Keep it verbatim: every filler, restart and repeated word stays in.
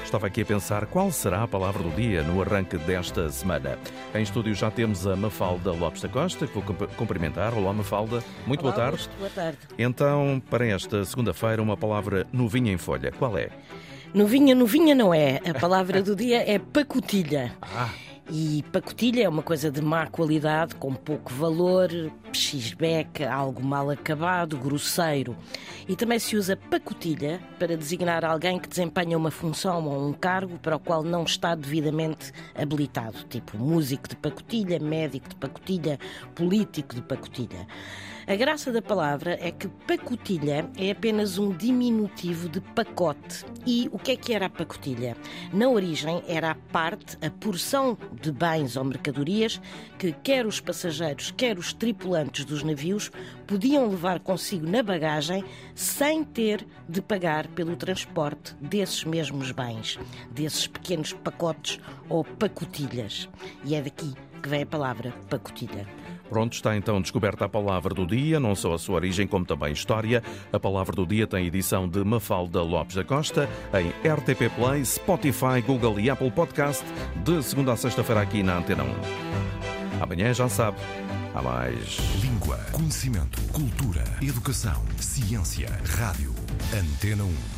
Estava aqui a pensar qual será a palavra do dia no arranque desta semana. Em estúdio já temos a Mafalda Lopes da Costa, que vou cumprimentar. Olá, Mafalda. Muito Olá, boa tarde. Augusto. Boa tarde. Então, para esta segunda-feira, uma palavra novinha em folha. Qual é? Novinha, novinha não é. A palavra do dia é pacotilha. Ah. E pacotilha é uma coisa de má qualidade, com pouco valor, pechisbeca, algo mal acabado, grosseiro. E também se usa pacotilha para designar alguém que desempenha uma função ou um cargo para o qual não está devidamente habilitado, tipo músico de pacotilha, médico de pacotilha, político de pacotilha. A graça da palavra é que pacotilha é apenas um diminutivo de pacote. E o que é que era a pacotilha? Na origem era a parte, a porção de bens ou mercadorias que quer os passageiros, quer os tripulantes dos navios podiam levar consigo na bagagem sem ter de pagar pelo transporte desses mesmos bens, desses pequenos pacotes ou pacotilhas. E é daqui que vem a palavra pacotilha. Pronto, está então descoberta a palavra do dia, não só a sua origem, como também história. A palavra do dia tem edição de Mafalda Lopes da Costa, em R T P Play, Spotify, Google e Apple Podcast, de segunda a sexta-feira aqui na Antena um. Amanhã já sabe, há mais. Língua, conhecimento, cultura, educação, ciência, rádio. Antena um.